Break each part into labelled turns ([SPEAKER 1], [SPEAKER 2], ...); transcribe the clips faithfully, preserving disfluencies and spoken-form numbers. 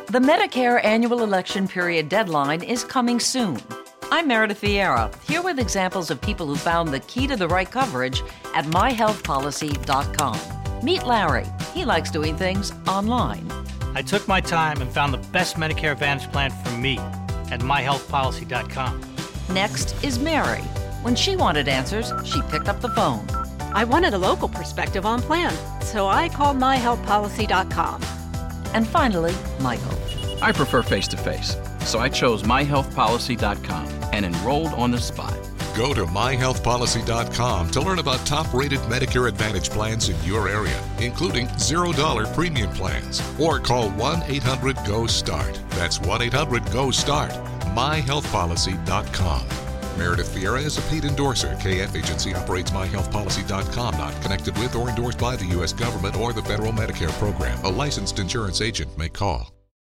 [SPEAKER 1] The Medicare annual election period deadline is coming soon. I'm Meredith Vieira, here with examples of people who found the key to the right coverage at my health policy dot com. Meet Larry. He likes doing things online.
[SPEAKER 2] I took my time and found the best Medicare Advantage plan for me at my health policy dot com.
[SPEAKER 1] Next is Mary. When she wanted answers, she picked up the phone.
[SPEAKER 3] I wanted a local perspective on plan, so I called my health policy dot com.
[SPEAKER 1] And finally, Michael.
[SPEAKER 4] I prefer face-to-face, so I chose my health policy dot com and enrolled on the spot.
[SPEAKER 5] Go to my health policy dot com to learn about top-rated Medicare Advantage plans in your area, including zero dollars premium plans. Or call one eight hundred G O START. That's one eight hundred G O START. my health policy dot com. Meredith Vieira is a paid endorser. K F Agency operates my health policy dot com, not connected with or endorsed by the U S government or the federal Medicare program. A licensed insurance agent may call.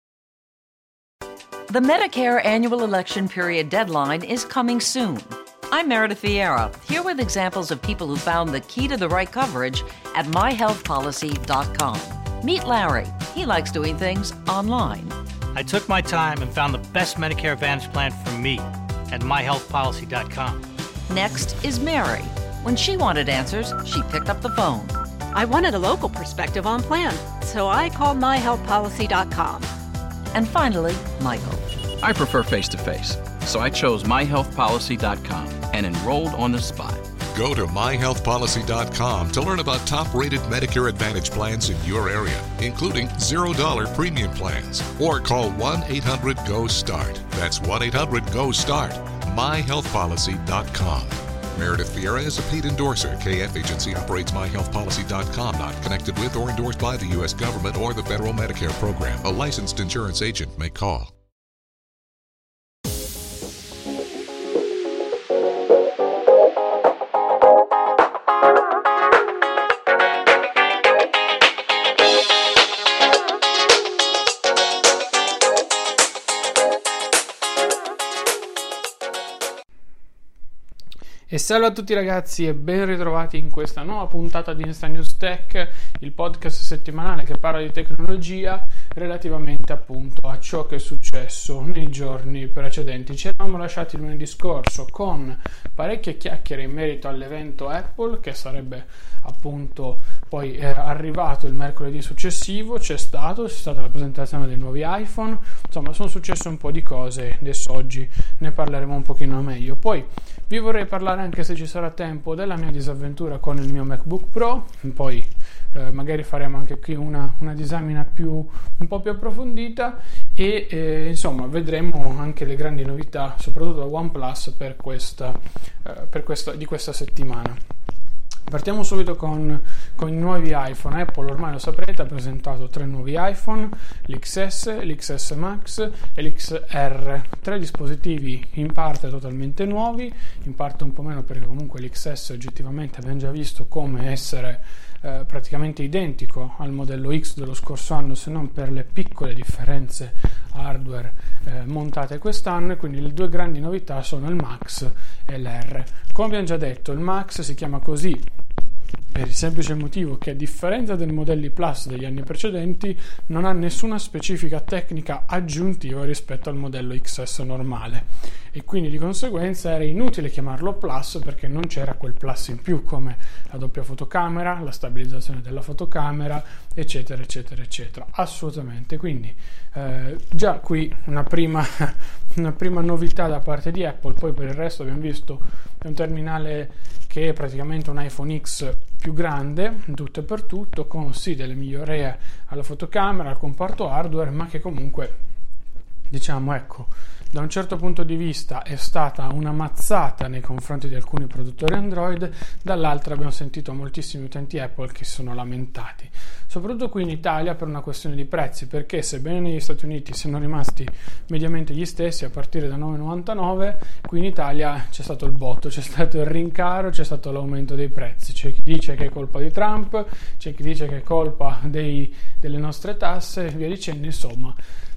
[SPEAKER 1] The Medicare annual election period deadline is coming soon. I'm Meredith Vieira, here with examples of people who found the key to the right coverage at my health policy dot com. Meet Larry. He likes doing things online.
[SPEAKER 2] I took my time and found the best Medicare Advantage plan for me at my health policy dot com.
[SPEAKER 1] Next is Mary. When she wanted answers, she picked up the phone.
[SPEAKER 3] I wanted a local perspective on plan, so I called my health policy dot com.
[SPEAKER 1] And finally, Michael.
[SPEAKER 4] I prefer face-to-face, so I chose my health policy dot com and enrolled on the spot.
[SPEAKER 5] Go to my health policy dot com to learn about top-rated Medicare Advantage plans in your area, including zero dollars premium plans. Or call one eight hundred G O START. That's one eight hundred G O START. my health policy dot com. Meredith Vieira is a paid endorser. K F Agency operates my health policy dot com, not connected with or endorsed by the U S government or the federal Medicare program. A licensed insurance agent may call.
[SPEAKER 6] E salve a tutti ragazzi e ben ritrovati in questa nuova puntata di Insta News Tech, il podcast settimanale che parla di tecnologia relativamente appunto a ciò che è successo nei giorni precedenti. Ci eravamo lasciati lunedì scorso con parecchie chiacchiere in merito all'evento Apple che sarebbe appunto poi eh, arrivato il mercoledì successivo. C'è stato, c'è stata la presentazione dei nuovi iPhone, insomma sono successe un po' di cose, adesso oggi ne parleremo un pochino meglio. Poi vi vorrei parlare, anche se ci sarà tempo, della mia disavventura con il mio MacBook Pro, poi eh, magari faremo anche qui una, una disamina più un po' più approfondita e eh, insomma vedremo anche le grandi novità, soprattutto da OnePlus per questa, eh, per questa di questa settimana. Partiamo subito con, con i nuovi iPhone. Apple, ormai lo saprete, ha presentato tre nuovi iPhone, l'X S, l'X S Max e l'X R, tre dispositivi in parte totalmente nuovi, in parte un po' meno perché comunque l'X S oggettivamente abbiamo già visto come essere eh, praticamente identico al modello X dello scorso anno, se non per le piccole differenze hardware eh, montate quest'anno, e quindi le due grandi novità sono il Max e l'R. Come abbiamo già detto, il Max si chiama così per il semplice motivo che, a differenza dei modelli Plus degli anni precedenti, non ha nessuna specifica tecnica aggiuntiva rispetto al modello X S normale, e quindi di conseguenza era inutile chiamarlo Plus perché non c'era quel plus in più come la doppia fotocamera, la stabilizzazione della fotocamera, eccetera eccetera eccetera. Assolutamente. Quindi eh, già qui una prima una prima novità da parte di Apple. Poi per il resto abbiamo visto è un terminale che è praticamente un iPhone X più grande, tutto e per tutto, con sì delle migliorie alla fotocamera, al comparto hardware, ma che comunque, diciamo, ecco, da un certo punto di vista è stata una mazzata nei confronti di alcuni produttori Android, dall'altra abbiamo sentito moltissimi utenti Apple che si sono lamentati, soprattutto qui in Italia per una questione di prezzi, perché sebbene negli Stati Uniti siano rimasti mediamente gli stessi a partire da nove virgola novantanove, qui in Italia c'è stato il botto, c'è stato il rincaro, c'è stato l'aumento dei prezzi. C'è chi dice che è colpa di Trump, c'è chi dice che è colpa dei, delle nostre tasse e via dicendo. Insomma,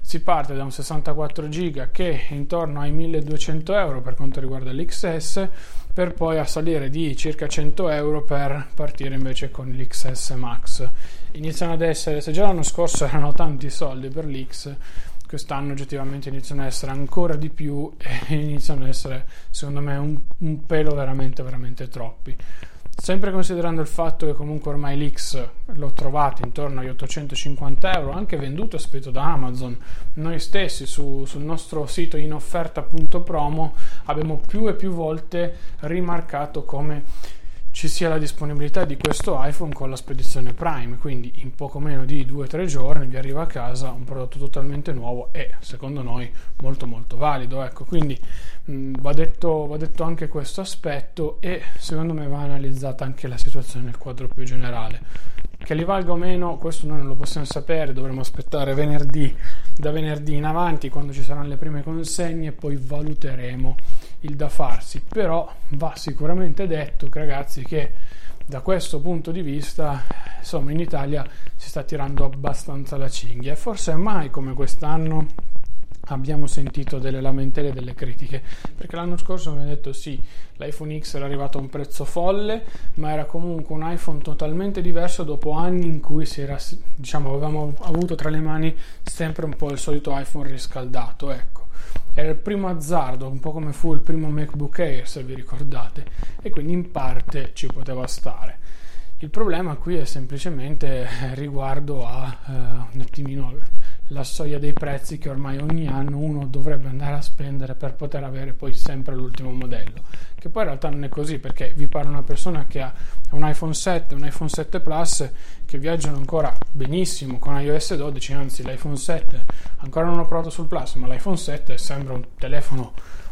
[SPEAKER 6] Si parte da un sessantaquattro giga che è intorno ai milleduecento euro per quanto riguarda l'X S, per poi a salire di circa cento euro per partire invece con l'X S Max. Iniziano ad essere, se già l'anno scorso erano tanti soldi per l'X, quest'anno oggettivamente iniziano ad essere ancora di più e iniziano ad essere, secondo me, un, un pelo veramente veramente troppi. Sempre considerando il fatto che comunque ormai l'X l'ho trovato intorno agli ottocentocinquanta euro, anche venduto e spedito da Amazon. Noi stessi su, sul nostro sito in offerta punto promo abbiamo più e più volte rimarcato come ci sia la disponibilità di questo iPhone con la spedizione Prime, quindi in poco meno di due o tre giorni vi arriva a casa un prodotto totalmente nuovo e secondo noi molto molto valido. Ecco, quindi mh, va detto, va detto anche questo aspetto e secondo me va analizzata anche la situazione nel quadro più generale. Che li valga o meno, questo noi non lo possiamo sapere, dovremo aspettare venerdì, da venerdì in avanti quando ci saranno le prime consegne e poi valuteremo il da farsi. Però va sicuramente detto, ragazzi, che da questo punto di vista insomma in Italia si sta tirando abbastanza la cinghia e forse mai come quest'anno abbiamo sentito delle lamentele e delle critiche, perché l'anno scorso mi hanno detto sì, l'iPhone X era arrivato a un prezzo folle, ma era comunque un iPhone totalmente diverso dopo anni in cui si era, diciamo, avevamo avuto tra le mani sempre un po' il solito iPhone riscaldato, ecco. Era il primo azzardo, un po' come fu il primo MacBook Air, se vi ricordate, e quindi in parte ci poteva stare. Il problema qui è semplicemente riguardo a uh, un attimino la soglia dei prezzi che ormai ogni anno uno dovrebbe andare a spendere per poter avere poi sempre l'ultimo modello, che poi in realtà non è così, perché vi parla una persona che ha un iPhone sette, un iPhone sette Plus che viaggiano ancora benissimo con iOS dodici, anzi l'iPhone sette ancora non ho provato sul Plus, ma l'iPhone sette sembra un telefono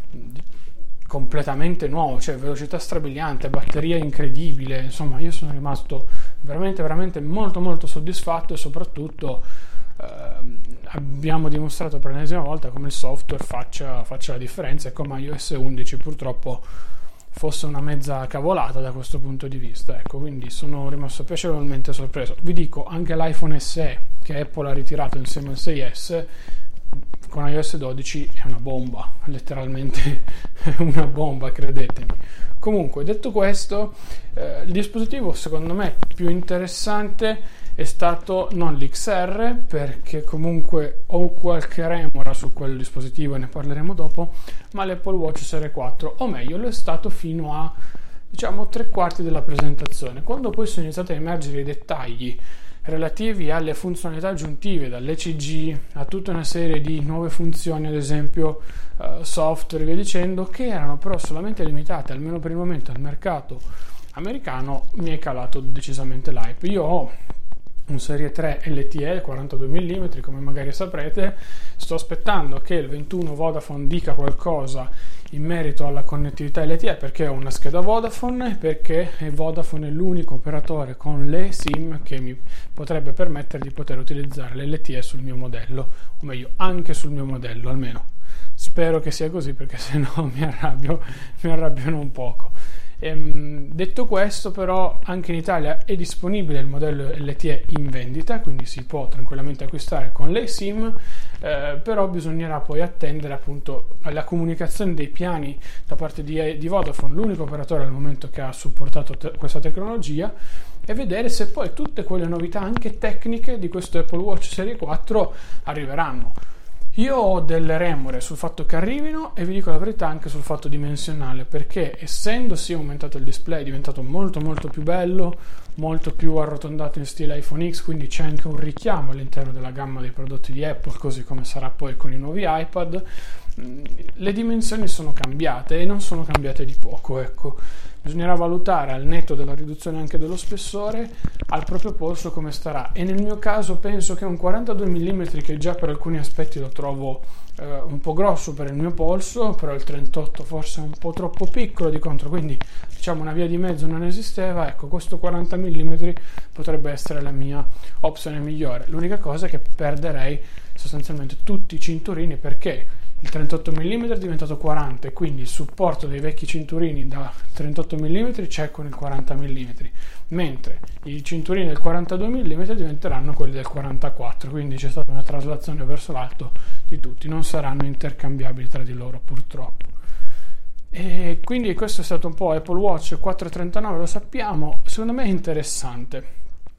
[SPEAKER 6] completamente nuovo, cioè velocità strabiliante, batteria incredibile, insomma io sono rimasto veramente veramente molto molto soddisfatto e soprattutto eh, abbiamo dimostrato per l'ennesima volta come il software faccia, faccia la differenza e come iOS undici purtroppo fosse una mezza cavolata da questo punto di vista, ecco, quindi sono rimasto piacevolmente sorpreso. Vi dico, anche l'iPhone S E che Apple ha ritirato insieme al sei S con iOS dodici è una bomba, letteralmente una bomba, credetemi. Comunque, detto questo, eh, il dispositivo secondo me più interessante è stato non l'X R, perché comunque ho qualche remora su quel dispositivo e ne parleremo dopo, ma l'Apple Watch Serie quattro, o meglio lo è stato fino a, diciamo, tre quarti della presentazione. Quando poi sono iniziati a emergere i dettagli relativi alle funzionalità aggiuntive, dall'E C G a tutta una serie di nuove funzioni, ad esempio uh, software e via dicendo, che erano però solamente limitate, almeno per il momento, al mercato americano, mi è calato decisamente l'hype. Io ho un Serie tre L T E quarantadue millimetri, come magari saprete, sto aspettando che il ventuno Vodafone dica qualcosa in merito alla connettività L T E, perché ho una scheda Vodafone, perché Vodafone è l'unico operatore con le SIM che mi potrebbe permettere di poter utilizzare l'L T E sul mio modello, o meglio anche sul mio modello, almeno spero che sia così, perché se no mi arrabbio mi arrabbiano un poco. Ehm, detto questo, però, anche in Italia è disponibile il modello L T E in vendita, quindi si può tranquillamente acquistare con le SIM, eh, però bisognerà poi attendere appunto alla comunicazione dei piani da parte di, di Vodafone, l'unico operatore al momento che ha supportato te- questa tecnologia, e vedere se poi tutte quelle novità anche tecniche di questo Apple Watch Serie quattro arriveranno. Io ho delle remore sul fatto che arrivino e vi dico la verità anche sul fatto dimensionale, perché essendosi aumentato il display è diventato molto molto più bello, molto più arrotondato in stile iPhone X, quindi c'è anche un richiamo all'interno della gamma dei prodotti di Apple, così come sarà poi con i nuovi iPad. Le dimensioni sono cambiate e non sono cambiate di poco, ecco. Bisognerà valutare, al netto della riduzione anche dello spessore, al proprio polso come starà, e nel mio caso penso che un quarantadue millimetri, che già per alcuni aspetti lo trovo eh, un po' grosso per il mio polso, però il trentotto forse è un po' troppo piccolo di contro, quindi diciamo una via di mezzo non esisteva. Ecco, questo quaranta millimetri potrebbe essere la mia opzione migliore. L'unica cosa è che perderei sostanzialmente tutti i cinturini, perché il trentotto millimetri è diventato quaranta e quindi il supporto dei vecchi cinturini da trentotto millimetri c'è con il quaranta millimetri, mentre i cinturini del quarantadue millimetri diventeranno quelli del quarantaquattro, quindi c'è stata una traslazione verso l'alto di tutti, non saranno intercambiabili tra di loro purtroppo. E quindi questo è stato un po' Apple Watch quattrocentotrentanove, lo sappiamo, secondo me è interessante.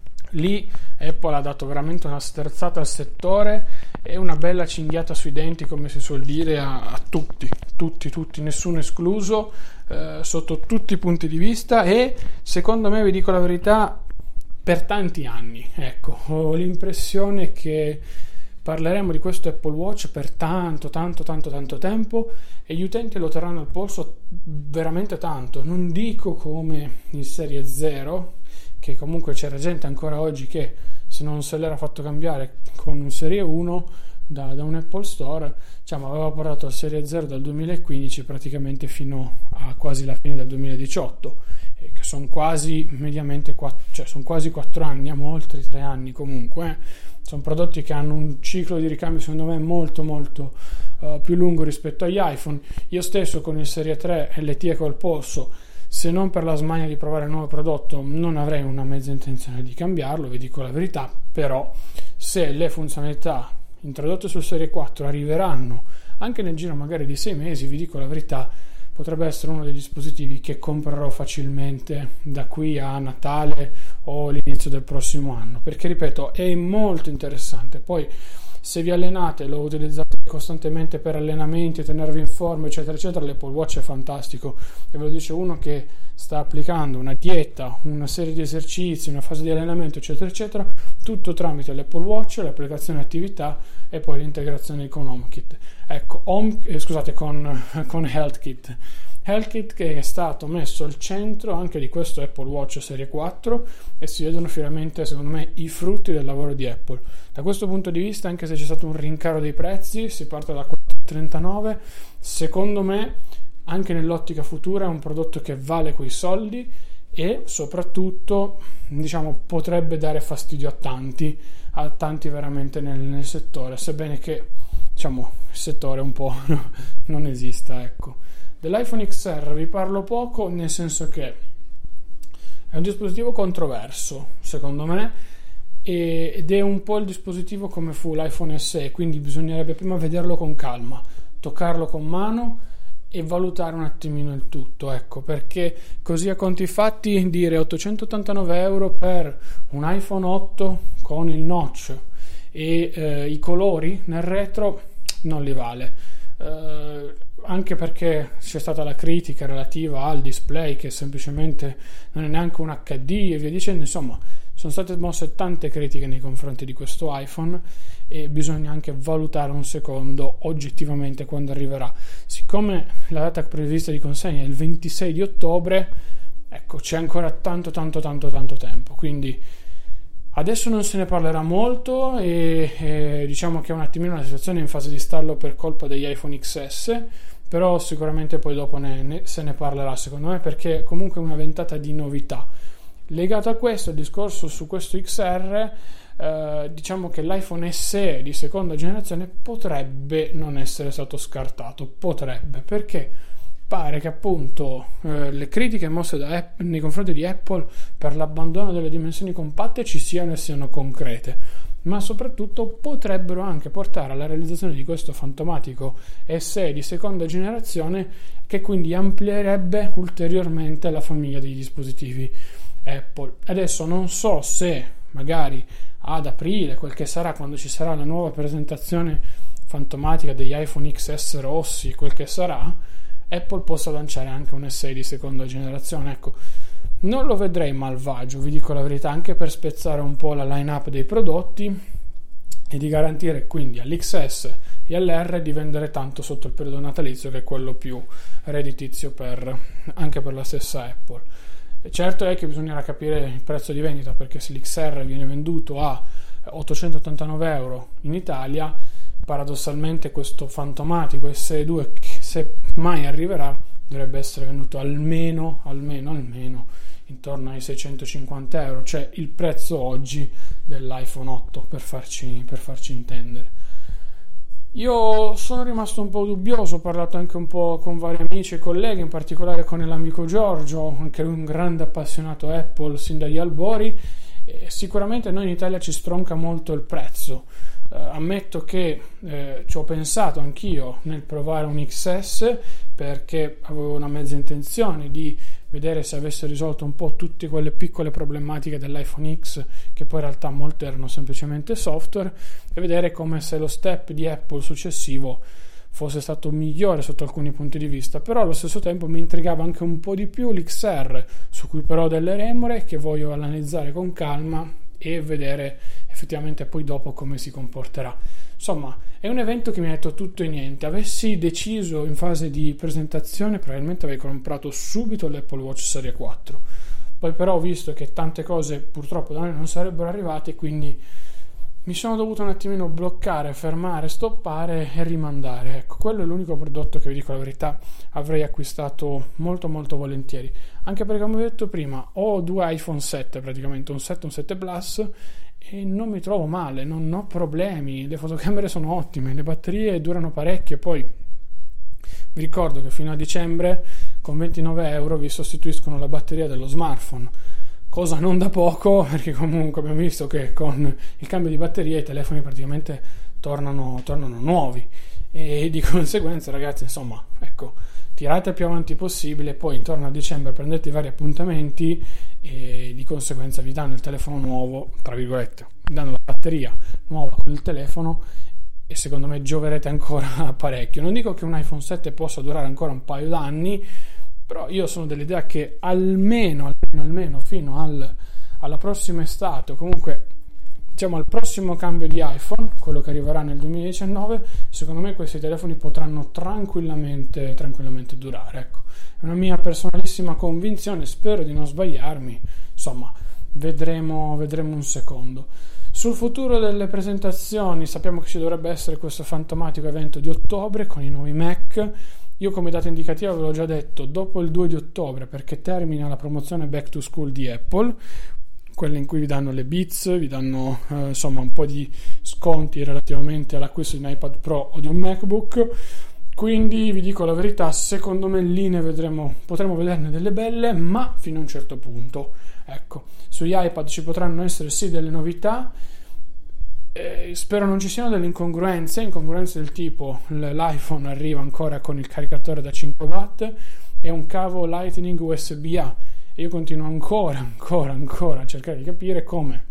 [SPEAKER 6] Lì Apple ha dato veramente una sterzata al settore e una bella cinghiata sui denti, come si suol dire, a, a tutti, tutti, tutti, nessuno escluso, eh, sotto tutti i punti di vista, e secondo me, vi dico la verità, per tanti anni. Ecco, ho l'impressione che parleremo di questo Apple Watch per tanto, tanto, tanto, tanto tempo e gli utenti lo terranno al polso veramente tanto. Non dico come il Serie zero, che comunque c'era gente ancora oggi che se non se l'era fatto cambiare con un Serie uno da, da un Apple Store, diciamo, aveva portato il Serie zero dal duemilaquindici praticamente fino a quasi la fine del duemiladiciotto, e che sono quasi mediamente quattro, cioè sono quasi quattro anni, a oltre tre anni comunque. Eh. Sono prodotti che hanno un ciclo di ricambio secondo me molto molto uh, più lungo rispetto agli iPhone. Io stesso con il Serie tre L T E col polso, se non per la smania di provare il nuovo prodotto, non avrei una mezza intenzione di cambiarlo, vi dico la verità. Però se le funzionalità introdotte sul Serie quattro arriveranno anche nel giro magari di sei mesi, vi dico la verità, potrebbe essere uno dei dispositivi che comprerò facilmente da qui a Natale o l'inizio del prossimo anno, perché ripeto, è molto interessante. Poi se vi allenate, lo utilizzate costantemente per allenamenti e tenervi in forma eccetera eccetera, l'Apple Watch è fantastico, e ve lo dice uno che sta applicando una dieta, una serie di esercizi, una fase di allenamento eccetera eccetera, tutto tramite l'Apple Watch, l'applicazione attività e poi l'integrazione con HomeKit. Ecco, home, eh, scusate, con, con HealthKit. HealthKit che è stato messo al centro anche di questo Apple Watch Serie quattro, e si vedono finalmente secondo me i frutti del lavoro di Apple. Da questo punto di vista, anche se c'è stato un rincaro dei prezzi, si parte da quattrocentotrentanove, secondo me anche nell'ottica futura è un prodotto che vale quei soldi e soprattutto, diciamo, potrebbe dare fastidio a tanti, a tanti veramente nel, nel settore, sebbene che, diciamo, il settore un po' non esista, ecco. Dell'iPhone X R vi parlo poco, nel senso che è un dispositivo controverso secondo me, ed è un po' il dispositivo come fu l'iPhone S E, quindi bisognerebbe prima vederlo con calma, toccarlo con mano e valutare un attimino il tutto, ecco, perché così a conti fatti dire ottocentottantanove euro per un iPhone otto con il notch e eh, i colori nel retro non li vale. Eh, anche perché c'è stata la critica relativa al display, che semplicemente non è neanche un acca di e via dicendo. Insomma, sono state mosse tante critiche nei confronti di questo iPhone e bisogna anche valutare un secondo oggettivamente quando arriverà. Siccome la data prevista di consegna è il ventisei di ottobre, ecco, c'è ancora tanto tanto tanto tanto tempo, quindi adesso non se ne parlerà molto e, e diciamo che è un attimino una situazione in fase di stallo per colpa degli iPhone X S, però sicuramente poi dopo ne, ne, se ne parlerà secondo me, perché comunque è una ventata di novità. Legato a questo, il discorso su questo X R, eh, diciamo che l'iPhone S E di seconda generazione potrebbe non essere stato scartato, potrebbe, perché pare che appunto eh, le critiche mosse da Apple, nei confronti di Apple per l'abbandono delle dimensioni compatte ci siano e siano concrete, ma soprattutto potrebbero anche portare alla realizzazione di questo fantomatico S E di seconda generazione, che quindi amplierebbe ulteriormente la famiglia dei dispositivi Apple. Adesso non so se magari ad aprile, quel che sarà, quando ci sarà la nuova presentazione fantomatica degli iPhone X S rossi, quel che sarà, Apple possa lanciare anche un S E di seconda generazione. Ecco, non lo vedrei malvagio, vi dico la verità, anche per spezzare un po' la line-up dei prodotti e di garantire quindi all'X S e all'R di vendere tanto sotto il periodo natalizio, che è quello più redditizio per, anche per la stessa Apple. E certo è che bisognerà capire il prezzo di vendita, perché se l'X R viene venduto a ottocentottantanove euro in Italia, paradossalmente questo fantomatico S E due, che se mai arriverà, dovrebbe essere venduto almeno, almeno, almeno intorno ai seicentocinquanta euro, cioè il prezzo oggi dell'iPhone otto, per farci, per farci intendere. Io sono rimasto un po' dubbioso, ho parlato anche un po' con vari amici e colleghi, in particolare con l'amico Giorgio, anche lui un grande appassionato Apple sin dagli albori. E sicuramente noi in Italia ci stronca molto il prezzo. Eh, ammetto che eh, ci ho pensato anch'io nel provare un X S, perché avevo una mezza intenzione di vedere se avesse risolto un po' tutte quelle piccole problematiche dell'iPhone X, che poi in realtà molte erano semplicemente software, e vedere come se lo step di Apple successivo fosse stato migliore sotto alcuni punti di vista. Però allo stesso tempo mi intrigava anche un po' di più l'X R, su cui però ho delle remore che voglio analizzare con calma e vedere effettivamente poi dopo come si comporterà. Insomma, è un evento che mi ha detto tutto e niente. Avessi deciso in fase di presentazione, probabilmente avrei comprato subito l'Apple Watch Serie quattro. Poi però ho visto che tante cose purtroppo da noi non sarebbero arrivate, quindi mi sono dovuto un attimino bloccare, fermare, stoppare e rimandare. Ecco, quello è l'unico prodotto che, vi dico la verità, avrei acquistato molto molto volentieri, anche perché, come ho detto prima, ho due iPhone sette, praticamente un sette e un sette Plus, e non mi trovo male, non ho problemi, le fotocamere sono ottime, le batterie durano parecchio. Poi vi ricordo che fino a dicembre con ventinove euro vi sostituiscono la batteria dello smartphone, cosa non da poco, perché comunque abbiamo visto che con il cambio di batteria i telefoni praticamente tornano, tornano nuovi, e di conseguenza, ragazzi, insomma, ecco, tirate il più avanti possibile. Poi intorno a dicembre prendete i vari appuntamenti e di conseguenza vi danno il telefono nuovo, tra virgolette, vi danno la batteria nuova con il telefono, e secondo me gioverete ancora parecchio. Non dico che un iPhone sette possa durare ancora un paio d'anni, però io sono dell'idea che almeno, almeno, almeno fino al, alla prossima estate, o comunque diciamo al prossimo cambio di iPhone, quello che arriverà nel duemiladiciannove, secondo me questi telefoni potranno tranquillamente tranquillamente durare. Ecco, è una mia personalissima convinzione, spero di non sbagliarmi. Insomma, vedremo vedremo un secondo. Sul futuro delle presentazioni, sappiamo che ci dovrebbe essere questo fantomatico evento di ottobre con i nuovi Mac. Io come data indicativa ve l'ho già detto, dopo il due di ottobre, perché termina la promozione Back to School di Apple, quella in cui vi danno le Beats, vi danno eh, insomma un po' di sconti relativamente all'acquisto di un iPad Pro o di un MacBook. Quindi vi dico la verità, secondo me lì ne vedremo, potremo vederne delle belle, ma fino a un certo punto. Ecco, sugli iPad ci potranno essere sì delle novità. Eh, spero non ci siano delle incongruenze, incongruenze del tipo l'iPhone arriva ancora con il caricatore da cinque watt e un cavo Lightning U S B A, e io continuo ancora, ancora, ancora a cercare di capire come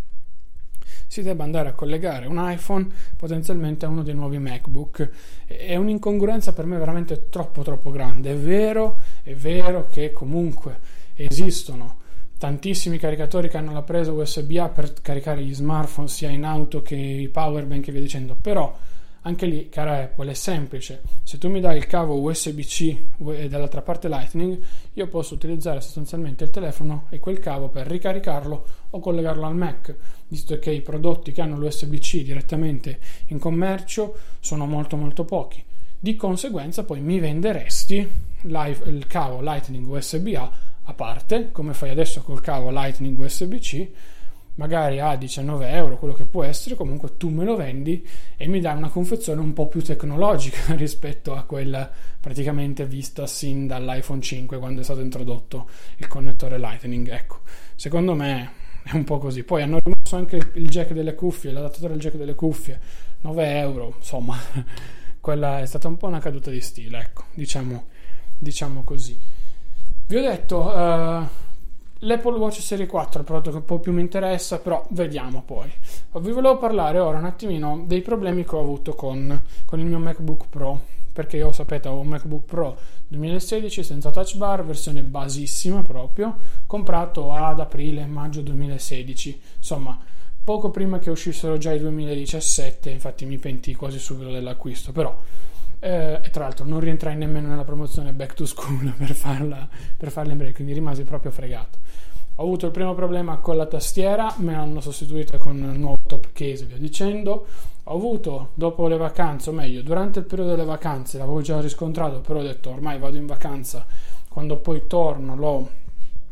[SPEAKER 6] si debba andare a collegare un iPhone potenzialmente a uno dei nuovi MacBook. È un'incongruenza per me veramente troppo troppo grande. È vero, è vero che comunque esistono tantissimi caricatori che hanno la presa U S B A per caricare gli smartphone sia in auto che i powerbank e via dicendo, però anche lì, cara Apple, è semplice. Se tu mi dai il cavo U S B C e dall'altra parte Lightning, io posso utilizzare sostanzialmente il telefono e quel cavo per ricaricarlo o collegarlo al Mac, visto che i prodotti che hanno l'U S B C direttamente in commercio sono molto molto pochi. Di conseguenza poi mi venderesti il cavo Lightning U S B A a parte, come fai adesso col cavo Lightning U S B C, magari a diciannove euro, quello che può essere. Comunque tu me lo vendi e mi dai una confezione un po' più tecnologica rispetto a quella praticamente vista sin dall'iPhone cinque, quando è stato introdotto il connettore Lightning. Ecco, secondo me è un po' così. Poi hanno rimosso anche il jack delle cuffie, l'adattatore al jack delle cuffie, nove euro, insomma quella è stata un po' una caduta di stile, ecco, diciamo, diciamo così. Vi ho detto uh, l'Apple Watch Serie quattro è il prodotto che un po' più mi interessa, però vediamo poi. Vi volevo parlare ora un attimino dei problemi che ho avuto con, con il mio MacBook Pro, perché io, sapete, ho un MacBook Pro duemilasedici senza touch bar, versione basissima proprio, comprato ad aprile maggio duemilasedici, insomma poco prima che uscissero già i duemiladiciassette. Infatti mi pentii quasi subito dell'acquisto, però Eh, e tra l'altro non rientrai nemmeno nella promozione Back to School per farla, per farla in breve, quindi rimasi proprio fregato. Ho avuto il primo problema con la tastiera, me l'hanno sostituita con un nuovo top case e via dicendo. Ho avuto dopo le vacanze, o meglio durante il periodo delle vacanze, l'avevo già riscontrato, però ho detto ormai vado in vacanza, quando poi torno l'ho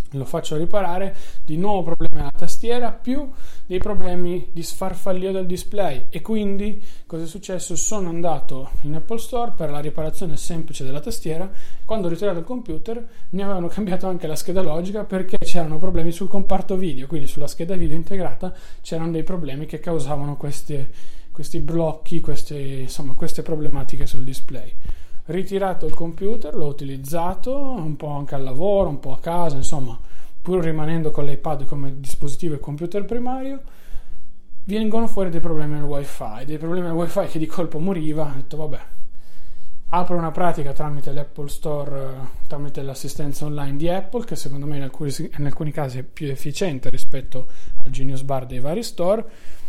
[SPEAKER 6] lo faccio riparare, di nuovo problemi alla tastiera più dei problemi di sfarfallio del display, e quindi cosa è successo? Sono andato in Apple Store per la riparazione semplice della tastiera. Quando ho ritirato il computer mi avevano cambiato anche la scheda logica, perché c'erano problemi sul comparto video, quindi sulla scheda video integrata c'erano dei problemi che causavano queste, questi blocchi, queste, insomma, queste problematiche sul display. Ritirato il computer, l'ho utilizzato un po' anche al lavoro, un po' a casa, insomma, pur rimanendo con l'iPad come dispositivo e computer primario, vengono fuori dei problemi al wifi, dei problemi al wifi che di colpo moriva. Ho detto vabbè, apro una pratica tramite l'Apple Store, tramite l'assistenza online di Apple, che secondo me in alcuni, in alcuni casi è più efficiente rispetto al Genius Bar dei vari store,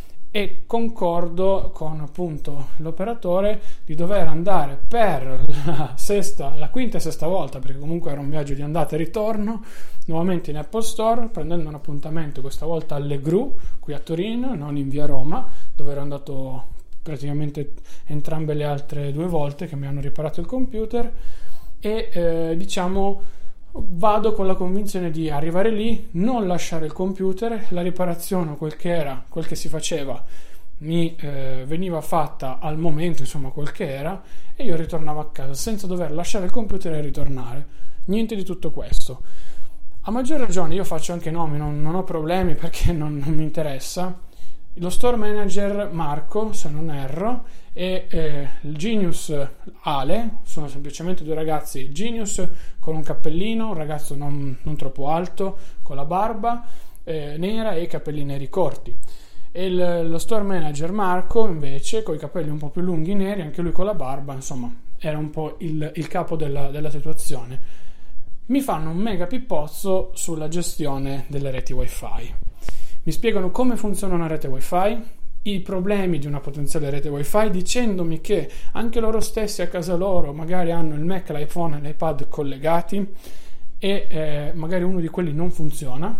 [SPEAKER 6] e concordo con appunto l'operatore di dover andare per la sesta, la quinta e sesta volta, perché comunque era un viaggio di andata e ritorno, nuovamente in Apple Store, prendendo un appuntamento questa volta alle Gru qui a Torino, non in via Roma, dove ero andato praticamente entrambe le altre due volte che mi hanno riparato il computer. E eh, diciamo vado con la convinzione di arrivare lì, non lasciare il computer, la riparazione, quel che era, quel che si faceva mi eh, veniva fatta al momento, insomma quel che era, e io ritornavo a casa senza dover lasciare il computer e ritornare. Niente di tutto questo. A maggior ragione io faccio anche nomi, non, non ho problemi, perché non, non mi interessa. Lo store manager Marco, se non erro, e eh, il Genius Ale sono semplicemente due ragazzi. Genius con un cappellino, un ragazzo non, non troppo alto, con la barba eh, nera e i capelli neri corti, e il, lo store manager Marco invece con i capelli un po' più lunghi neri, anche lui con la barba, insomma era un po' il, il capo della, della situazione. Mi fanno un mega pippozzo sulla gestione delle reti wifi. Mi spiegano come funziona una rete wifi, i problemi di una potenziale rete wifi, dicendomi che anche loro stessi a casa loro magari hanno il Mac, l'iPhone e l'iPad collegati, e eh, magari uno di quelli non funziona,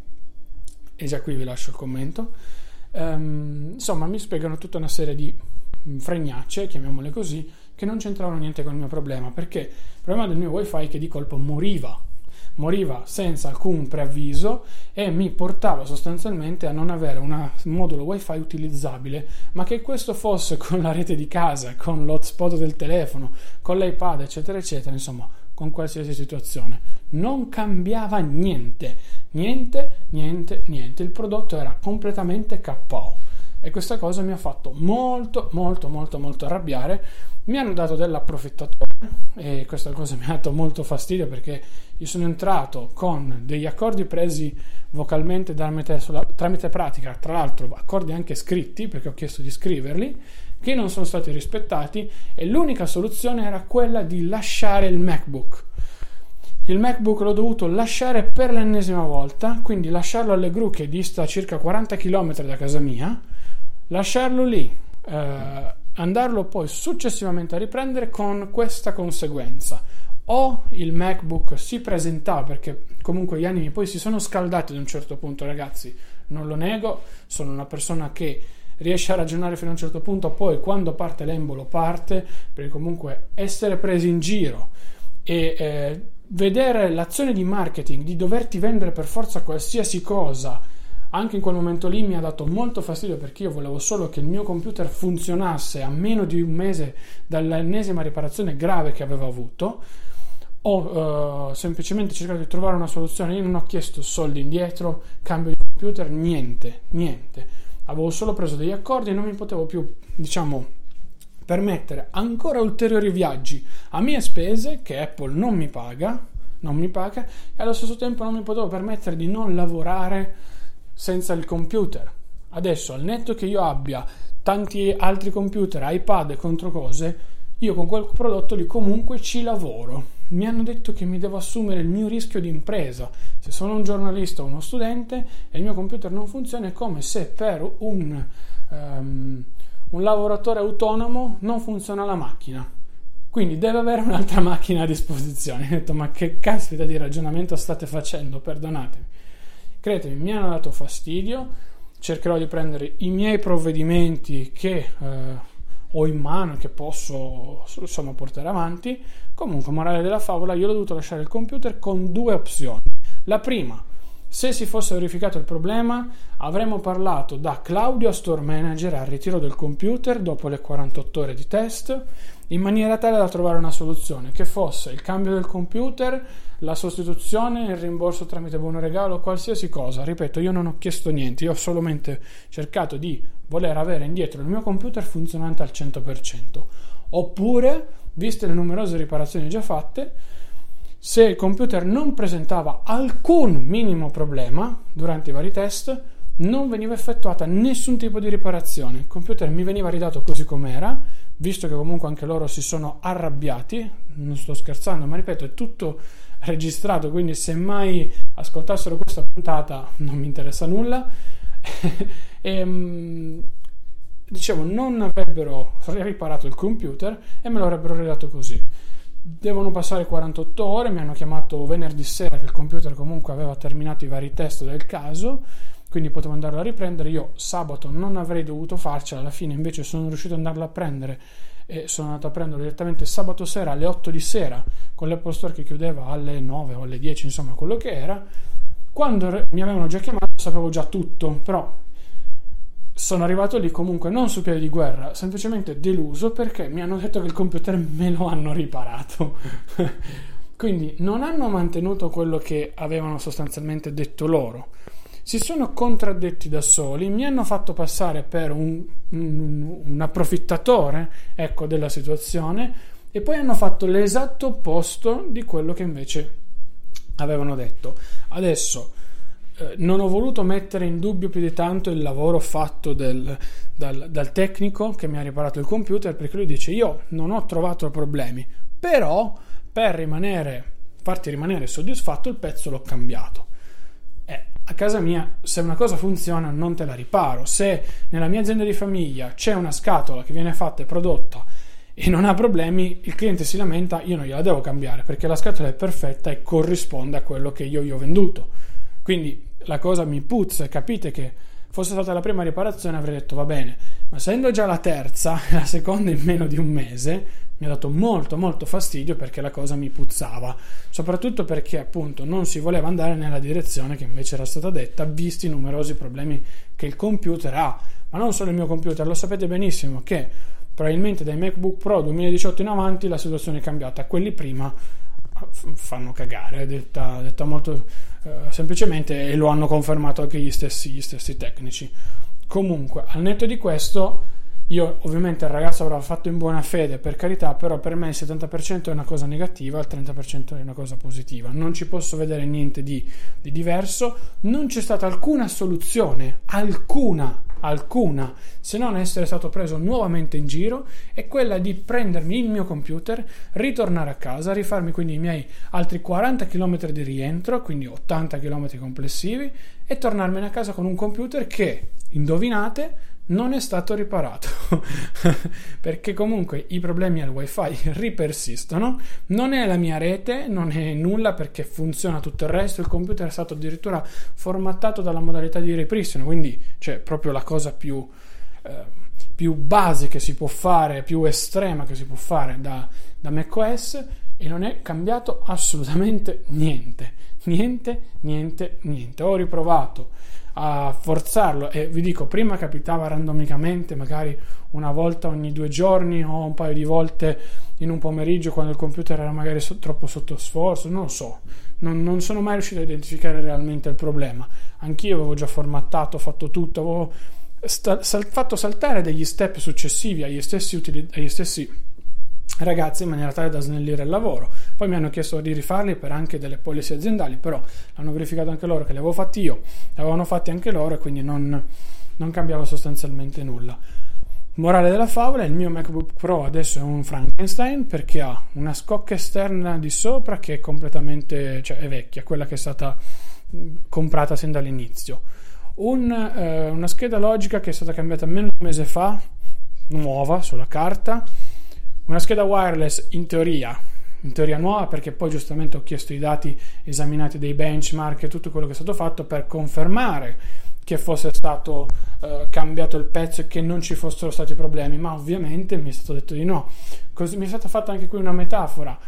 [SPEAKER 6] e già qui vi lascio il commento. Um, insomma mi spiegano tutta una serie di fregnacce, chiamiamole così, che non c'entravano niente con il mio problema, perché il problema del mio wifi è che di colpo moriva moriva senza alcun preavviso, e mi portava sostanzialmente a non avere un modulo wifi utilizzabile, ma che questo fosse con la rete di casa, con l'hotspot del telefono, con l'iPad eccetera eccetera, insomma con qualsiasi situazione non cambiava niente niente niente niente il prodotto era completamente K O, e questa cosa mi ha fatto molto molto molto molto arrabbiare. Mi hanno dato dell'approfittatore, e questa cosa mi ha dato molto fastidio, perché io sono entrato con degli accordi presi vocalmente tramite, sulla, tramite pratica, tra l'altro accordi anche scritti, perché ho chiesto di scriverli, che non sono stati rispettati, e l'unica soluzione era quella di lasciare il MacBook. Il MacBook l'ho dovuto lasciare per l'ennesima volta, quindi lasciarlo alle Gru, che dista circa quaranta chilometri da casa mia, lasciarlo lì, eh, andarlo poi successivamente a riprendere, con questa conseguenza: o il MacBook si presentava, perché comunque gli animi poi si sono scaldati ad un certo punto, ragazzi, non lo nego, sono una persona che riesce a ragionare fino a un certo punto, poi quando parte l'embolo parte, perché comunque essere presi in giro e eh, vedere l'azione di marketing di doverti vendere per forza qualsiasi cosa, anche in quel momento lì mi ha dato molto fastidio, perché io volevo solo che il mio computer funzionasse a meno di un mese dall'ennesima riparazione grave che avevo avuto. Ho uh, semplicemente cercato di trovare una soluzione. Io non ho chiesto soldi indietro, cambio di computer, niente, niente. Avevo solo preso degli accordi e non mi potevo più, diciamo, permettere ancora ulteriori viaggi a mie spese, che Apple non mi paga, non mi paga, e allo stesso tempo non mi potevo permettere di non lavorare senza il computer. Adesso, al netto che io abbia tanti altri computer, iPad e contro cose, io con quel prodotto lì comunque ci lavoro. Mi hanno detto che mi devo assumere il mio rischio di impresa. Se sono un giornalista o uno studente e il mio computer non funziona, è come se per un, um, un lavoratore autonomo non funziona la macchina. Quindi deve avere un'altra macchina a disposizione. Ho detto, ma che caspita di ragionamento state facendo? Perdonatemi. Credetemi, mi hanno dato fastidio. Cercherò di prendere i miei provvedimenti che eh, ho in mano, che posso insomma portare avanti. Comunque, morale della favola, io ho dovuto lasciare il computer con due opzioni: La prima: se si fosse verificato il problema, avremmo parlato da Claudio a Store Manager al ritiro del computer dopo le quarantotto ore di test, in maniera tale da trovare una soluzione, che fosse il cambio del computer, la sostituzione, il rimborso tramite buono regalo, qualsiasi cosa. Ripeto, io non ho chiesto niente, io ho solamente cercato di voler avere indietro il mio computer funzionante al cento per cento. Oppure, viste le numerose riparazioni già fatte, se il computer non presentava alcun minimo problema durante i vari test, non veniva effettuata nessun tipo di riparazione. Il computer mi veniva ridato così com'era, visto che comunque anche loro si sono arrabbiati. Non sto scherzando, ma ripeto, è tutto registrato, quindi se mai ascoltassero questa puntata non mi interessa nulla. e, dicevo, non avrebbero riparato il computer e me lo avrebbero ridato così. Devono passare quarantotto ore, mi hanno chiamato venerdì sera che il computer comunque aveva terminato i vari test del caso, quindi potevo andarlo a riprendere. Io sabato non avrei dovuto farcela, alla fine invece sono riuscito ad andarlo a prendere e sono andato a prenderlo direttamente sabato sera alle otto di sera, con l'Apple Store che chiudeva alle nove o alle dieci, insomma quello che era. Quando mi avevano già chiamato sapevo già tutto, però sono arrivato lì comunque non su piede di guerra, semplicemente deluso perché mi hanno detto che il computer me lo hanno riparato. Quindi non hanno mantenuto quello che avevano sostanzialmente detto loro, si sono contraddetti da soli, mi hanno fatto passare per un, un, un approfittatore, ecco, della situazione, e poi hanno fatto l'esatto opposto di quello che invece avevano detto. Adesso non ho voluto mettere in dubbio più di tanto il lavoro fatto del, dal, dal tecnico che mi ha riparato il computer, perché lui dice: io non ho trovato problemi, però per rimanere farti rimanere soddisfatto il pezzo l'ho cambiato. Eh, a casa mia, se una cosa funziona non te la riparo. Se nella mia azienda di famiglia c'è una scatola che viene fatta e prodotta e non ha problemi, il cliente si lamenta, io non gliela devo cambiare perché la scatola è perfetta e corrisponde a quello che io gli ho venduto. Quindi la cosa mi puzza, e capite che fosse stata la prima riparazione avrei detto va bene, ma essendo già la terza e la seconda in meno di un mese, mi ha dato molto molto fastidio perché la cosa mi puzzava, soprattutto perché appunto non si voleva andare nella direzione che invece era stata detta, visti i numerosi problemi che il computer ha. Ma non solo il mio computer, lo sapete benissimo che probabilmente dai MacBook Pro duemiladiciotto in avanti la situazione è cambiata, quelli prima fanno cagare, detta, detta molto eh, semplicemente, e lo hanno confermato anche gli stessi, gli stessi tecnici. Comunque, al netto di questo, io ovviamente il ragazzo avrà fatto in buona fede, per carità, però per me il settanta per cento è una cosa negativa, il trenta per cento è una cosa positiva, non ci posso vedere niente di, di diverso. Non c'è stata alcuna soluzione, alcuna alcuna, se non essere stato preso nuovamente in giro, è quella di prendermi il mio computer, ritornare a casa, rifarmi quindi i miei altri quaranta chilometri di rientro, quindi ottanta chilometri complessivi, e tornarmene a casa con un computer che, indovinate, non è stato riparato perché comunque i problemi al wifi ripersistono, non è la mia rete, non è nulla, perché funziona tutto il resto. Il computer è stato addirittura formattato dalla modalità di ripristino, quindi c'è proprio la cosa più eh, più base che si può fare, più estrema che si può fare da, da macOS, e non è cambiato assolutamente niente niente niente niente. Ho riprovato a forzarlo e vi dico, prima capitava randomicamente, magari una volta ogni due giorni o un paio di volte in un pomeriggio, quando il computer era magari so- troppo sotto sforzo, non lo so, non, non sono mai riuscito a identificare realmente il problema. Anch'io avevo già formattato, fatto tutto, avevo sta- sal- fatto saltare degli step successivi agli stessi, utili- agli stessi ragazzi in maniera tale da snellire il lavoro. Poi mi hanno chiesto di rifarli per anche delle policy aziendali, però hanno verificato anche loro che li avevo fatti io, li avevano fatti anche loro, e quindi non, non cambiava sostanzialmente nulla. Morale della favola: il mio MacBook Pro adesso è un Frankenstein, perché ha una scocca esterna di sopra che è completamente, cioè è vecchia, quella che è stata comprata sin dall'inizio, un, eh, una scheda logica che è stata cambiata meno di un mese fa, nuova sulla carta, una scheda wireless in teoria in teoria nuova, perché poi giustamente ho chiesto i dati esaminati dei benchmark e tutto quello che è stato fatto per confermare che fosse stato eh, cambiato il pezzo e che non ci fossero stati problemi, ma ovviamente mi è stato detto di no. Così mi è stata fatta anche qui una metafora: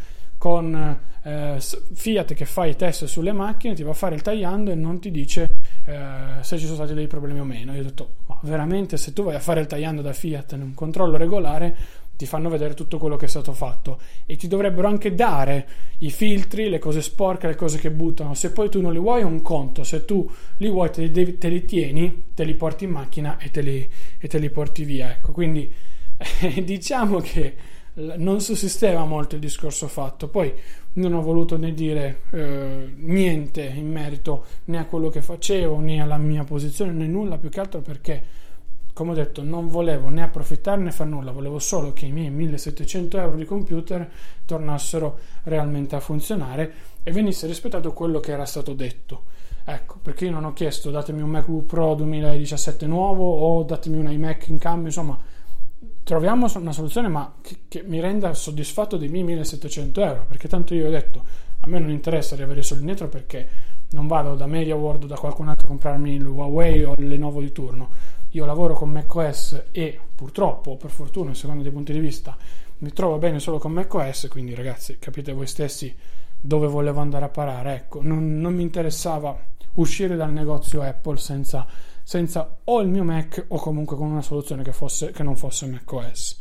[SPEAKER 6] con eh, Fiat che fa i test sulle macchine, ti va a fare il tagliando e non ti dice eh, se ci sono stati dei problemi o meno. Io ho detto, ma veramente, se tu vai a fare il tagliando da Fiat in un controllo regolare ti fanno vedere tutto quello che è stato fatto e ti dovrebbero anche dare i filtri, le cose sporche, le cose che buttano. Se poi tu non li vuoi è un conto, se tu li vuoi te li, te li tieni, te li porti in macchina e te li, e te li porti via, ecco. Quindi eh, diciamo che non sussisteva molto il discorso fatto. Poi non ho voluto né dire eh, niente in merito né a quello che facevo né alla mia posizione né nulla, più che altro perché, come ho detto, non volevo né approfittare né far nulla, volevo solo che i miei millesettecento euro di computer tornassero realmente a funzionare e venisse rispettato quello che era stato detto. Ecco, perché io non ho chiesto datemi un MacBook Pro duemiladiciassette nuovo o datemi un iMac in cambio, insomma troviamo una soluzione ma che, che mi renda soddisfatto dei miei millesettecento euro, perché tanto io ho detto a me non interessa riavere i soldi indietro, perché non vado da MediaWorld o da qualcun altro a comprarmi il Huawei o il Lenovo di turno. Io lavoro con macOS e purtroppo o per fortuna, secondo dei punti di vista, mi trovo bene solo con macOS, quindi ragazzi capite voi stessi dove volevo andare a parare. Ecco, non, non mi interessava uscire dal negozio Apple senza, senza o il mio Mac o comunque con una soluzione che, fosse, che non fosse macOS.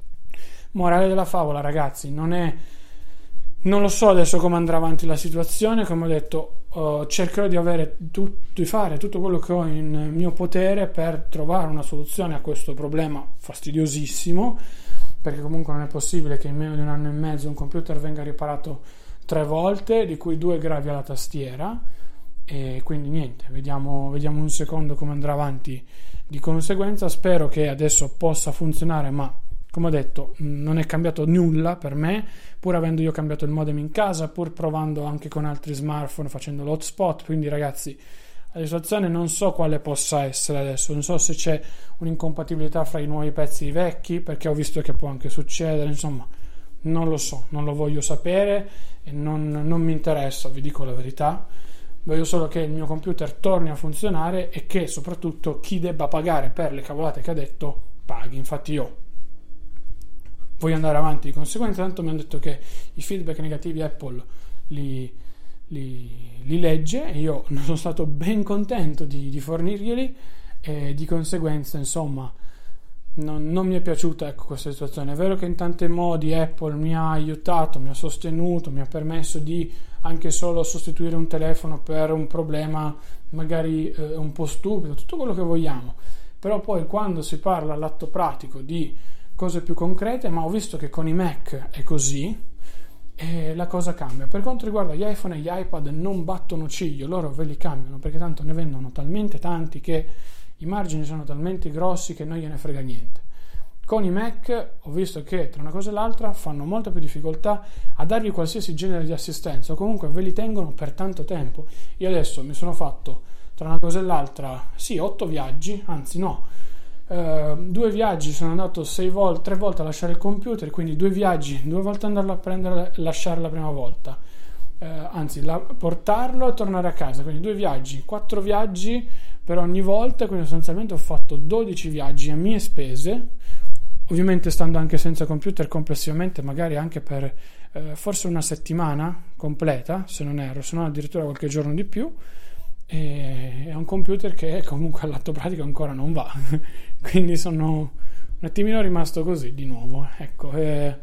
[SPEAKER 6] Morale della favola, ragazzi, non è non lo so adesso come andrà avanti la situazione. Come ho detto, uh, cercherò di avere tu, di fare tutto quello che ho in mio potere per trovare una soluzione a questo problema fastidiosissimo, perché comunque non è possibile che in meno di un anno e mezzo un computer venga riparato tre volte, di cui due gravi alla tastiera. E quindi niente, vediamo, vediamo un secondo come andrà avanti di conseguenza. Spero che adesso possa funzionare, ma come ho detto non è cambiato nulla per me, pur avendo io cambiato il modem in casa, pur provando anche con altri smartphone, facendo l'hotspot. Quindi ragazzi, la situazione non so quale possa essere adesso, non so se c'è un'incompatibilità fra i nuovi pezzi e i vecchi, perché ho visto che può anche succedere, insomma non lo so, non lo voglio sapere e non, non mi interessa, vi dico la verità. Voglio solo che il mio computer torni a funzionare e che soprattutto chi debba pagare per le cavolate che ha detto paghi. Infatti io voglio andare avanti di conseguenza, tanto mi hanno detto che i feedback negativi Apple li, li, li legge e io non sono stato ben contento di, di fornirglieli e di conseguenza insomma non, non mi è piaciuta, ecco, questa situazione. È vero che in tanti modi Apple mi ha aiutato, mi ha sostenuto, mi ha permesso di anche solo sostituire un telefono per un problema magari eh, un po' stupido, tutto quello che vogliamo, però poi quando si parla all'atto pratico di cose più concrete, ma ho visto che con i Mac è così e la cosa cambia. Per quanto riguarda gli iPhone e gli iPad non battono ciglio, loro ve li cambiano perché tanto ne vendono talmente tanti che i margini sono talmente grossi che non gliene frega niente. Con i Mac ho visto che tra una cosa e l'altra fanno molta più difficoltà a dargli qualsiasi genere di assistenza, o comunque ve li tengono per tanto tempo. Io adesso mi sono fatto tra una cosa e l'altra sì otto viaggi, anzi no Uh, due viaggi, sono andato sei volte, tre volte a lasciare il computer, quindi due viaggi, due volte andarlo a prendere e lasciare la prima volta, uh, anzi la, portarlo e tornare a casa, quindi due viaggi, quattro viaggi per ogni volta, quindi sostanzialmente ho fatto dodici viaggi a mie spese, ovviamente stando anche senza computer complessivamente, magari anche per uh, forse una settimana completa, se non erro, se no addirittura qualche giorno di più. E è un computer che comunque all'atto pratico ancora non va quindi sono un attimino rimasto così di nuovo, ecco. E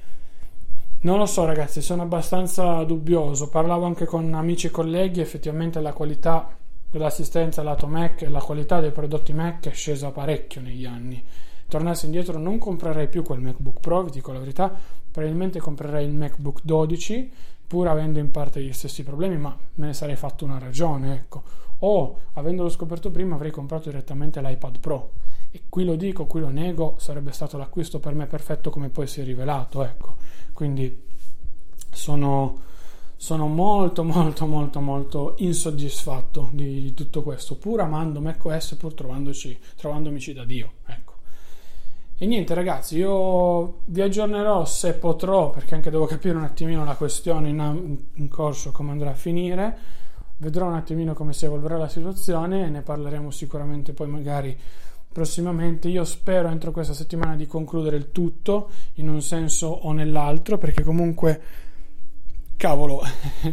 [SPEAKER 6] non lo so ragazzi, sono abbastanza dubbioso. Parlavo anche con amici e colleghi, effettivamente la qualità dell'assistenza lato Mac e la qualità dei prodotti Mac è scesa parecchio negli anni. Tornassi indietro non comprerei più quel MacBook Pro, vi dico la verità, probabilmente comprerei il MacBook dodici, pur avendo in parte gli stessi problemi, ma me ne sarei fatto una ragione, ecco. O, avendolo scoperto prima, avrei comprato direttamente l'iPad Pro. E qui lo dico, qui lo nego, sarebbe stato l'acquisto per me perfetto, come poi si è rivelato, ecco. Quindi sono, sono molto, molto, molto, molto insoddisfatto di, di tutto questo, pur amando macOS, pur trovandoci, trovandomici da Dio, ecco. E niente ragazzi, io vi aggiornerò se potrò, perché anche devo capire un attimino la questione in, in corso, come andrà a finire. Vedrò un attimino come si evolverà la situazione e ne parleremo sicuramente poi magari prossimamente. Io spero entro questa settimana di concludere il tutto in un senso o nell'altro, perché comunque cavolo,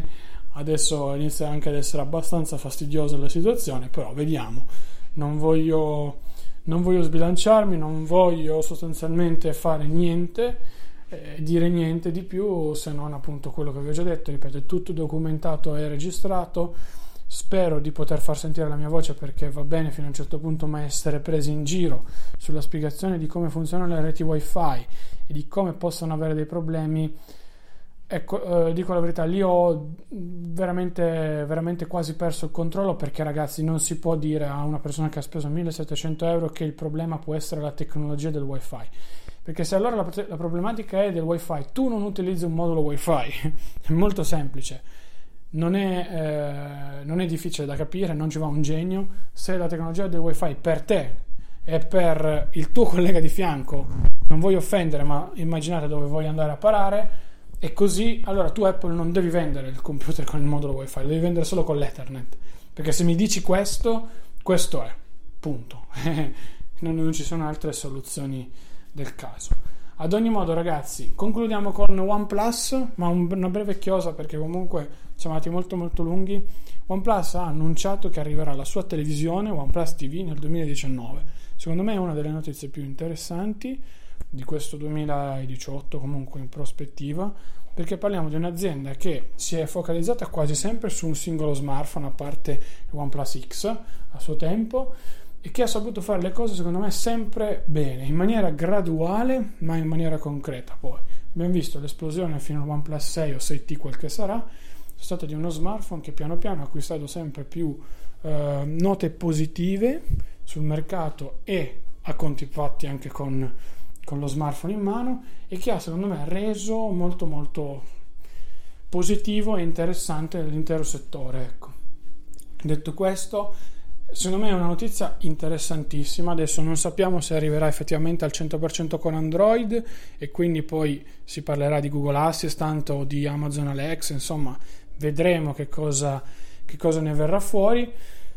[SPEAKER 6] adesso inizia anche ad essere abbastanza fastidiosa la situazione, però vediamo. Non voglio, non voglio sbilanciarmi, non voglio sostanzialmente fare niente, eh, dire niente di più se non appunto quello che vi ho già detto. Ripeto, è tutto documentato e registrato. Spero di poter far sentire la mia voce, perché va bene fino a un certo punto, ma essere presi in giro sulla spiegazione di come funzionano le reti wifi e di come possono avere dei problemi, ecco, eh, dico la verità, lì ho veramente, veramente quasi perso il controllo, perché ragazzi, non si può dire a una persona che ha speso millesettecento euro che il problema può essere la tecnologia del wifi, perché se allora la, la problematica è del wifi, tu non utilizzi un modulo wifi, è molto semplice. Non è, eh, non è difficile da capire, non ci va un genio. Se la tecnologia del wifi per te e per il tuo collega di fianco, non voglio offendere, ma immaginate dove voglio andare a parare, e così, allora tu Apple non devi vendere il computer con il modulo wifi, lo devi vendere solo con l'Ethernet, perché se mi dici questo, questo è, punto. non, non ci sono altre soluzioni del caso. Ad ogni modo, ragazzi, concludiamo con OnePlus, ma un, una breve chiosa, perché comunque siamo andati molto molto lunghi. OnePlus ha annunciato che arriverà la sua televisione OnePlus T V nel duemiladiciannove. Secondo me è una delle notizie più interessanti di questo duemiladiciotto, comunque in prospettiva, perché parliamo di un'azienda che si è focalizzata quasi sempre su un singolo smartphone, a parte il OnePlus X a suo tempo, e che ha saputo fare le cose secondo me sempre bene, in maniera graduale ma in maniera concreta. Poi abbiamo visto l'esplosione fino al OnePlus sei o sei T, quel che sarà, è stato di uno smartphone che piano piano ha acquistato sempre più eh, note positive sul mercato e a conti fatti anche con, con lo smartphone in mano, e che ha secondo me reso molto molto positivo e interessante l'intero settore. Ecco. Detto questo, secondo me è una notizia interessantissima. Adesso non sappiamo se arriverà effettivamente al cento per cento con Android, e quindi poi si parlerà di Google Assistant o di Amazon Alexa, insomma vedremo che cosa, che cosa ne verrà fuori,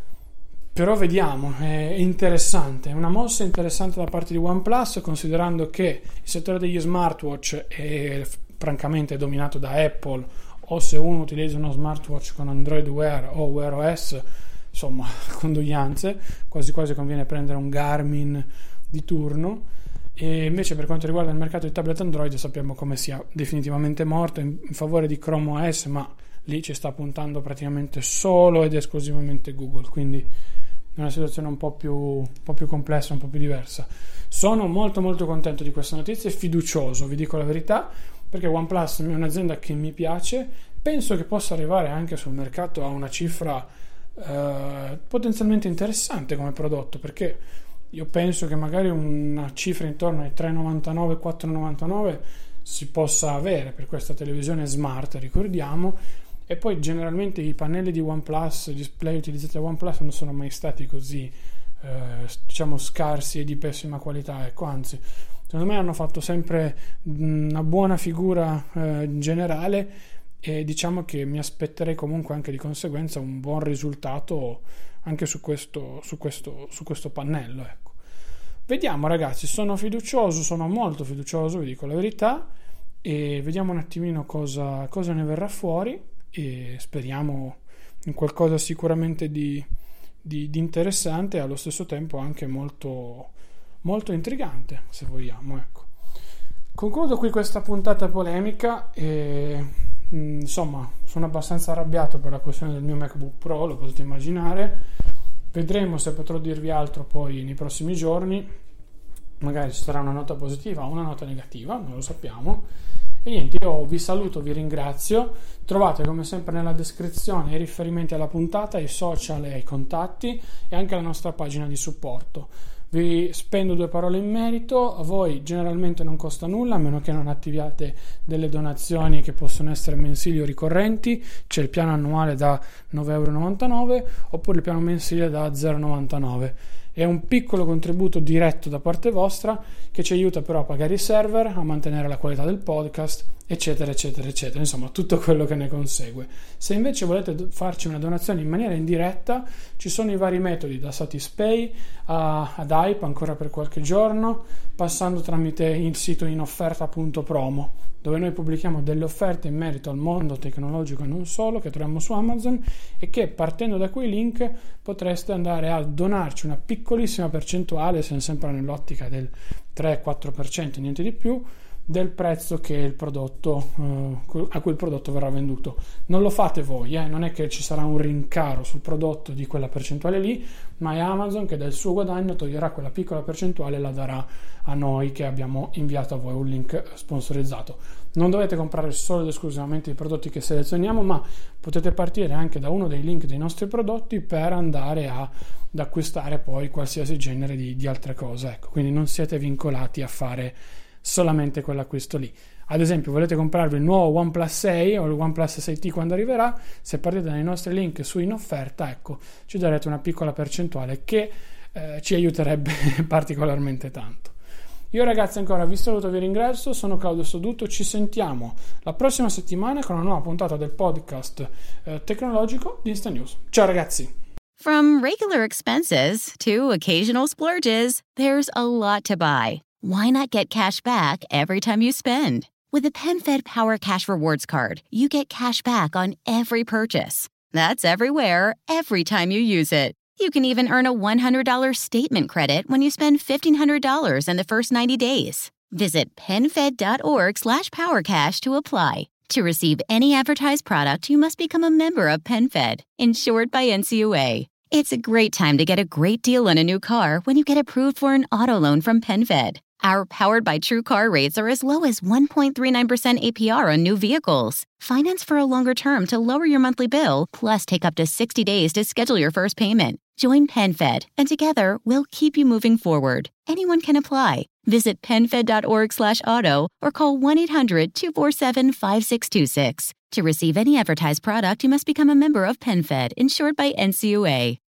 [SPEAKER 6] però vediamo, è interessante, è una mossa interessante da parte di OnePlus, considerando che il settore degli smartwatch è francamente dominato da Apple, o se uno utilizza uno smartwatch con Android Wear o Wear O S, insomma, condoglianze, quasi quasi conviene prendere un Garmin di turno. E invece per quanto riguarda il mercato di tablet Android sappiamo come sia definitivamente morto in, in favore di Chrome O S, ma lì ci sta puntando praticamente solo ed esclusivamente Google, quindi è una situazione un po' più, un po' più complessa, un po' più diversa. Sono molto molto contento di questa notizia e fiducioso, vi dico la verità, perché OnePlus è un'azienda che mi piace, penso che possa arrivare anche sul mercato a una cifra eh, potenzialmente interessante come prodotto, perché io penso che magari una cifra intorno ai tre virgola novantanove quattro virgola novantanove si possa avere per questa televisione smart, ricordiamo. E poi generalmente i pannelli di OnePlus, i display utilizzati da OnePlus non sono mai stati così eh, diciamo scarsi e di pessima qualità, ecco, anzi secondo me hanno fatto sempre una buona figura eh, generale, e diciamo che mi aspetterei comunque anche di conseguenza un buon risultato anche su questo, su questo, su questo pannello, ecco. Vediamo, ragazzi, sono fiducioso, sono molto fiducioso, vi dico la verità, e vediamo un attimino cosa, cosa ne verrà fuori, e speriamo in qualcosa sicuramente di, di, di interessante e allo stesso tempo anche molto, molto intrigante, se vogliamo, ecco. Concludo qui questa puntata polemica e mh, insomma sono abbastanza arrabbiato per la questione del mio MacBook Pro, lo potete immaginare. Vedremo se potrò dirvi altro poi nei prossimi giorni, magari ci sarà una nota positiva o una nota negativa, non lo sappiamo. E niente, io vi saluto, vi ringrazio. Trovate come sempre nella descrizione i riferimenti alla puntata, i social e i contatti, e anche la nostra pagina di supporto. Vi spendo due parole in merito. A voi generalmente non costa nulla, a meno che non attiviate delle donazioni che possono essere mensili o ricorrenti. C'è il piano annuale da nove virgola novantanove euro oppure il piano mensile da zero virgola novantanove. È un piccolo contributo diretto da parte vostra che ci aiuta però a pagare i server, a mantenere la qualità del podcast eccetera eccetera eccetera, insomma tutto quello che ne consegue. Se invece volete farci una donazione in maniera indiretta, ci sono i vari metodi, da Satispay a, ad Hype ancora per qualche giorno, passando tramite il sito inofferta punto promo, dove noi pubblichiamo delle offerte in merito al mondo tecnologico e non solo, che troviamo su Amazon, e che partendo da quei link potreste andare a donarci una piccolissima percentuale, sempre nell'ottica del tre quattro per cento, niente di più, del prezzo che il prodotto eh, a cui il prodotto verrà venduto. Non lo fate voi, eh? Non è che ci sarà un rincaro sul prodotto di quella percentuale lì, ma è Amazon che dal suo guadagno toglierà quella piccola percentuale e la darà a noi che abbiamo inviato a voi un link sponsorizzato. Non dovete comprare solo ed esclusivamente i prodotti che selezioniamo, ma potete partire anche da uno dei link dei nostri prodotti per andare a, ad acquistare poi qualsiasi genere di, di altre cose, ecco. Quindi non siete vincolati a fare solamente quell'acquisto lì. Ad esempio, volete comprarvi il nuovo OnePlus sei o il OnePlus sei T quando arriverà, se partite dai nostri link su in offerta, ecco, ci darete una piccola percentuale che eh, ci aiuterebbe particolarmente tanto. Io ragazzi ancora vi saluto, vi ringrazio, sono Claudio Soduto, ci sentiamo la prossima settimana con una nuova puntata del podcast eh, tecnologico di Instanews. Ciao ragazzi!
[SPEAKER 7] From regular expenses to occasional splurges, there's a lot to buy. Why not get cash back every time you spend? With the PenFed Power Cash Rewards Card, you get cash back on every purchase. That's everywhere, every time you use it. You can even earn a one hundred dollars statement credit when you spend fifteen hundred dollars in the first ninety days. Visit PenFed.org slash PowerCash to apply. To receive any advertised product, you must become a member of PenFed, insured by N C U A. It's a great time to get a great deal on a new car when you get approved for an auto loan from PenFed. Our Powered by True car rates are as low as one point three nine percent A P R on new vehicles. Finance for a longer term to lower your monthly bill, plus take up to sixty days to schedule your first payment. Join PenFed, and together we'll keep you moving forward. Anyone can apply. Visit PenFed.org slash auto or call one eight hundred two four seven five six two six. To receive any advertised product, you must become a member of PenFed, insured by N C U A.